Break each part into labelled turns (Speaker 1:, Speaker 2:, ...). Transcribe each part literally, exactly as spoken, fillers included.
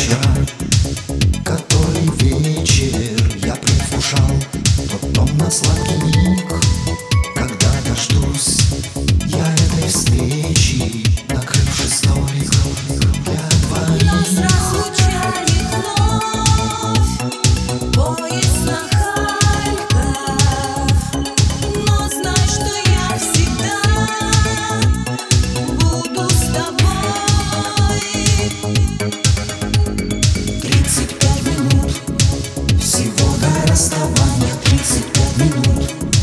Speaker 1: вчера, который вечер я предвкушал тот томно-сладкий миг, когда дождусь я этой встречи, накрывший столик для двоих.
Speaker 2: Нас разлучает вновь поезд на Харьков, но знай, что я всегда буду с тобой.
Speaker 1: Тридцать пять минут всего до расставания, тридцать пять минут,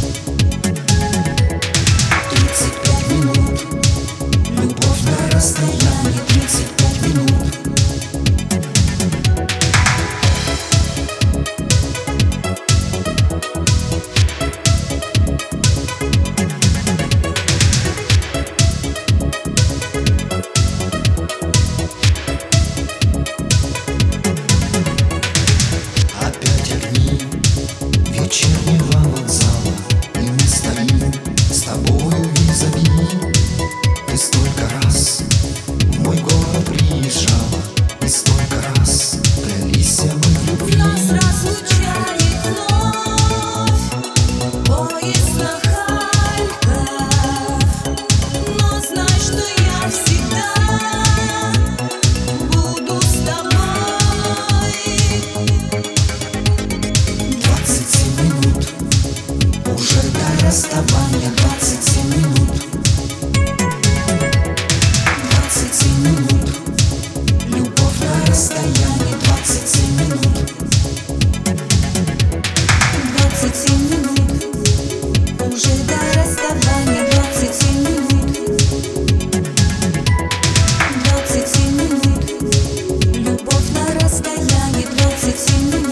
Speaker 1: тридцать пять минут, любовь на расстоянии, тридцать пять минут. Вечернего вокзала, и мы стоим с тобою визави. Ты столько раз в мой город приезжала, и столько раз клялись мы в любви.
Speaker 2: Нас разлучает вновь поезд на Харьков, но знай, что я всегда буду с тобой.
Speaker 1: Двадцать семь минут уже до расставания, двадцать семь минут, двадцать семь минут, любовь на расстоянии, двадцать семь минут.
Speaker 2: Двадцать семь минут уже до расставания, двадцать семь минут, двадцать семь минут, любовь на расстоянии, двадцать семь минут.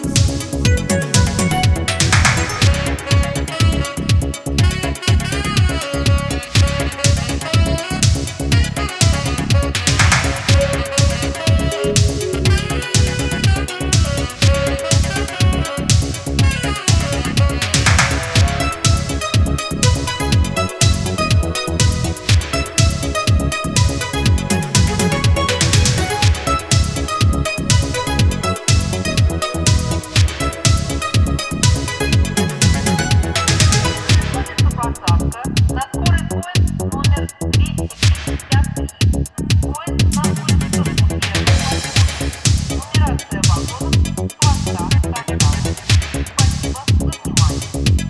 Speaker 3: Посадка на скорый поезд номер двести пятьдесят три. Поезд находится у Нумерация вагонов хвоста состава. Спасибо за внимание.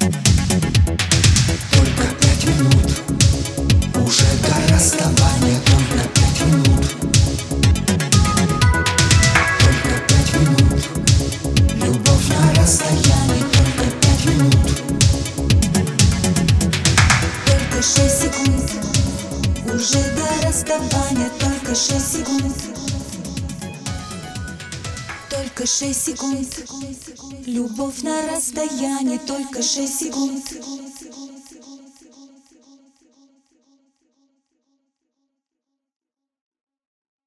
Speaker 1: Только пять минут уже до расставания, только пять минут, только пять минут, любовь на расстоянии, только пять минут.
Speaker 2: Только шесть секунд уже до расставания, только шесть секунд. Только шесть секунд, любовь на расстоянии, только шесть секунд.